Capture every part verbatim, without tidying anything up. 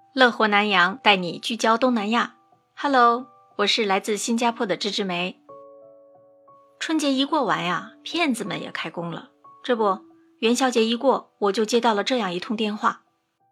乐活南洋带你聚焦东南亚。Hello， 我是来自新加坡的芝芝梅。春节一过完呀，骗子们也开工了。这不，元宵节一过，我就接到了这样一通电话。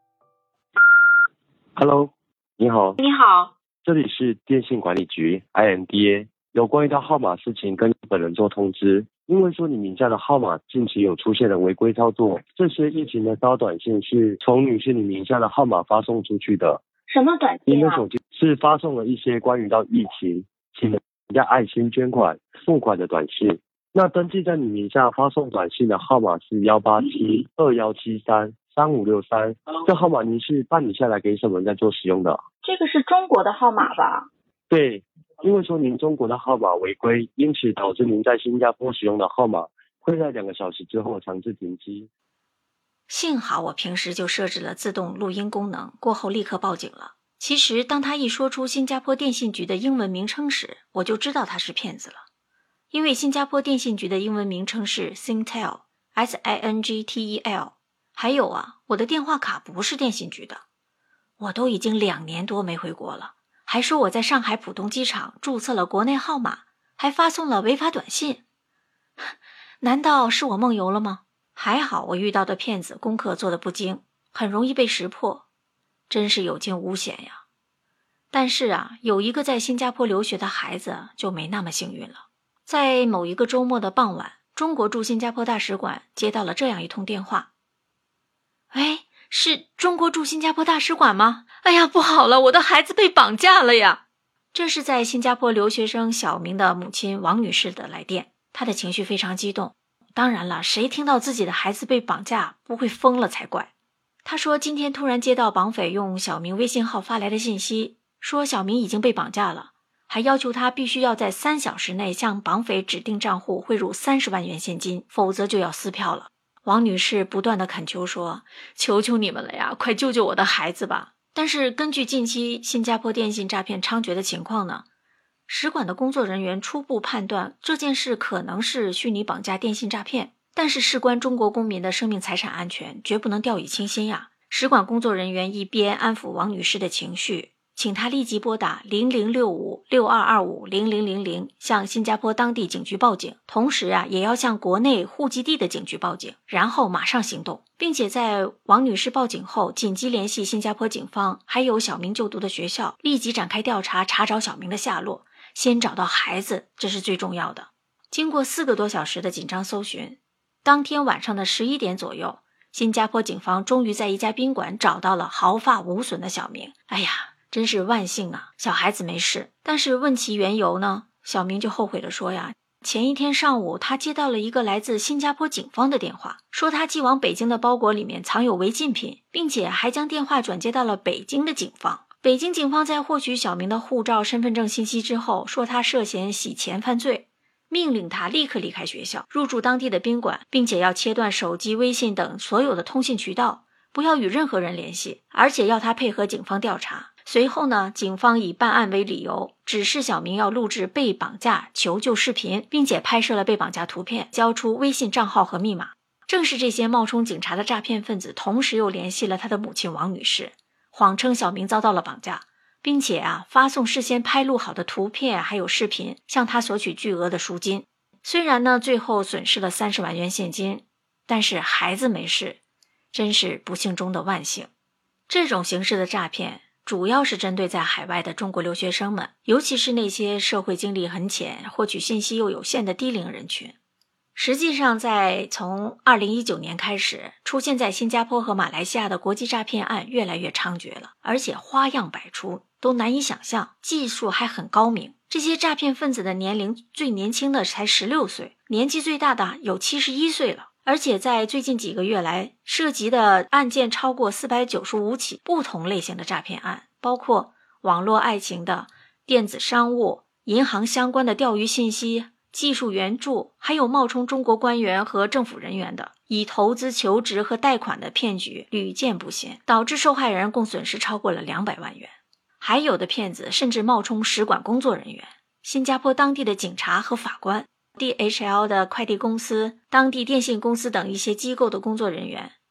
Hello， 你好。 你好， 这里是电信管理局 I M D A， 有关一套号码事情跟本人做通知。因为说你名下的号码近期有出现了违规操作，这些疫情的骚短信是从女士你名下的号码发送出去的。 什么短信啊？ 您的手机是发送了一些关于到疫情，请人家爱心捐款、付款的短信。那登记在你名下发送短信的号码是幺八七二幺七三三五六三，这号码您是办理下来给什么人在做使用的？ 这个是中国的号码吧？ 对。因为说您中国的号码违规，因此导致您在新加坡使用的号码会在两个小时之后强制停机。 幸好我平时就设置了自动录音功能，过后立刻报警了。其实当他一说出新加坡电信局的英文名称时，我就知道他是骗子了。因为新加坡电信局的英文名称是 Singtel， S I N G T E L。 还有啊，我的电话卡不是电信局的。我都已经两年多没回国了，还说我在上海浦东机场注册了国内号码，还发送了违法短信。难道是我梦游了吗？还好我遇到的骗子功课做得不精，很容易被识破，真是有惊无险呀。但是啊，有一个在新加坡留学的孩子就没那么幸运了。在某一个周末的傍晚，中国驻新加坡大使馆接到了这样一通电话。喂，是中国驻新加坡大使馆吗？哎呀，不好了，我的孩子被绑架了呀！这是在新加坡留学生小明的母亲王女士的来电，她的情绪非常激动。当然了，谁听到自己的孩子被绑架不会疯了才怪。她说今天突然接到绑匪用小明微信号发来的信息，说小明已经被绑架了，还要求他必须要在三小时内向绑匪指定账户汇入三十万元现金，否则就要撕票了。王女士不断地恳求说，求求你们了呀，快救救我的孩子吧。但是根据近期新加坡电信诈骗猖獗的情况呢，使馆的工作人员初步判断这件事可能是虚拟绑架电信诈骗，但是事关中国公民的生命财产安全，绝不能掉以轻心呀。使馆工作人员一边安抚王女士的情绪，请她立即拨打零零六五六二二五零零零零向新加坡当地警局报警，同时啊，也要向国内户籍地的警局报警，然后马上行动，并且在王女士报警后紧急联系新加坡警方，还有小明就读的学校，立即展开调查，查找小明的下落，先找到孩子，这是最重要的。经过四个多小时的紧张搜寻，当天晚上的十一点左右，新加坡警方终于在一家宾馆找到了毫发无损的小明。哎呀，真是万幸啊，小孩子没事。但是问其缘由呢，小明就后悔地说呀，前一天上午他接到了一个来自新加坡警方的电话，说他寄往北京的包裹里面藏有违禁品，并且还将电话转接到了北京的警方。北京警方在获取小明的护照、身份证信息之后，说他涉嫌洗钱犯罪，命令他立刻离开学校，入住当地的宾馆，并且要切断手机、微信等所有的通信渠道，不要与任何人联系，而且要他配合警方调查。随后呢，警方以办案为理由，指示小明要录制被绑架求救视频，并且拍摄了被绑架图片，交出微信账号和密码。正是这些冒充警察的诈骗分子，同时又联系了他的母亲王女士，谎称小明遭到了绑架，并且啊，发送事先拍录好的图片还有视频，向他索取巨额的赎金。虽然呢，最后损失了三十万元现金，但是孩子没事，真是不幸中的万幸。这种形式的诈骗主要是针对在海外的中国留学生们，尤其是那些社会经历很浅、获取信息又有限的低龄人群。实际上，在从二零一九年开始，出现在新加坡和马来西亚的国际诈骗案越来越猖獗了，而且花样百出，都难以想象，技术还很高明。这些诈骗分子的年龄最年轻的才十六岁，年纪最大的有七十一岁了。而且在最近几个月来，涉及的案件超过四百九十五起不同类型的诈骗案，包括网络爱情的、电子商务、银行相关的钓鱼信息、技术援助，还有冒充中国官员和政府人员的，以投资求职和贷款的骗局屡见不鲜，导致受害人共损失超过了两百万元。还有的骗子甚至冒充使馆工作人员、新加坡当地的警察和法官、D H L 的快递公司、当地电信公司等一些机构的工作人员，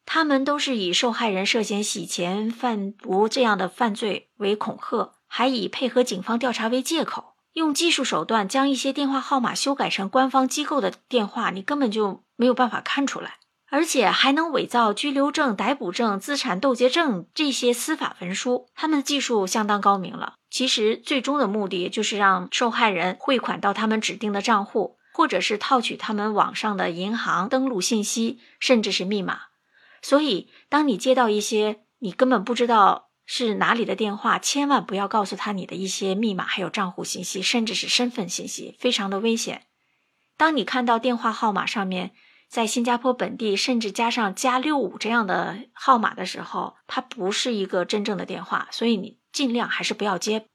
他们都是以受害人涉嫌洗钱、贩毒这样的犯罪为恐吓，还以配合警方调查为借口，用技术手段将一些电话号码修改成官方机构的电话，你根本就没有办法看出来。而且还能伪造拘留证、逮捕证、资产冻结证这些司法文书，他们的技术相当高明了。其实最终的目的就是让受害人汇款到他们指定的账户，或者是套取他们网上的银行登录信息，甚至是密码。所以当你接到一些你根本不知道是哪里的电话，千万不要告诉他你的一些密码还有账户信息，甚至是身份信息，非常的危险。当你看到电话号码上面在新加坡本地甚至加上加六五这样的号码的时候，它不是一个真正的电话，所以你尽量还是不要接。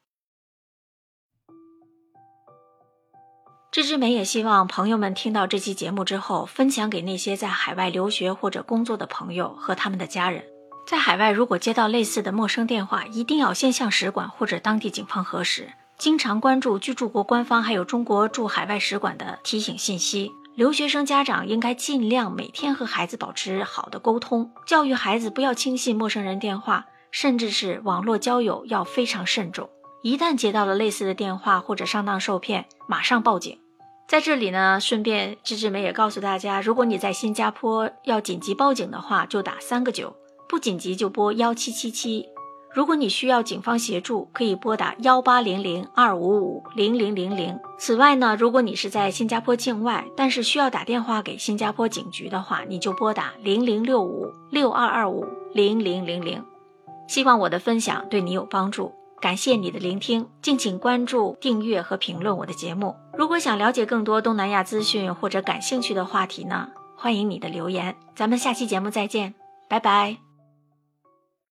芝芝梅也希望朋友们听到这期节目之后，分享给那些在海外留学或者工作的朋友和他们的家人。在海外如果接到类似的陌生电话，一定要先向使馆或者当地警方核实，经常关注居住国官方还有中国驻海外使馆的提醒信息。留学生家长应该尽量每天和孩子保持好的沟通，教育孩子不要轻信陌生人电话，甚至是网络交友要非常慎重。一旦接到了类似的电话或者上当受骗，马上报警。在这里呢，顺便芝芝梅也告诉大家，如果你在新加坡要紧急报警的话，就打三个九，不紧急就拨一七七七。如果你需要警方协助，可以拨打一八零零二五五零零零零。此外呢，如果你是在新加坡境外，但是需要打电话给新加坡警局的话，你就拨打零零六五六二二五零零零零。希望我的分享对你有帮助，感谢你的聆听，敬请关注、订阅和评论我的节目。如果想了解更多东南亚资讯或者感兴趣的话题呢，欢迎你的留言。咱们下期节目再见，拜拜。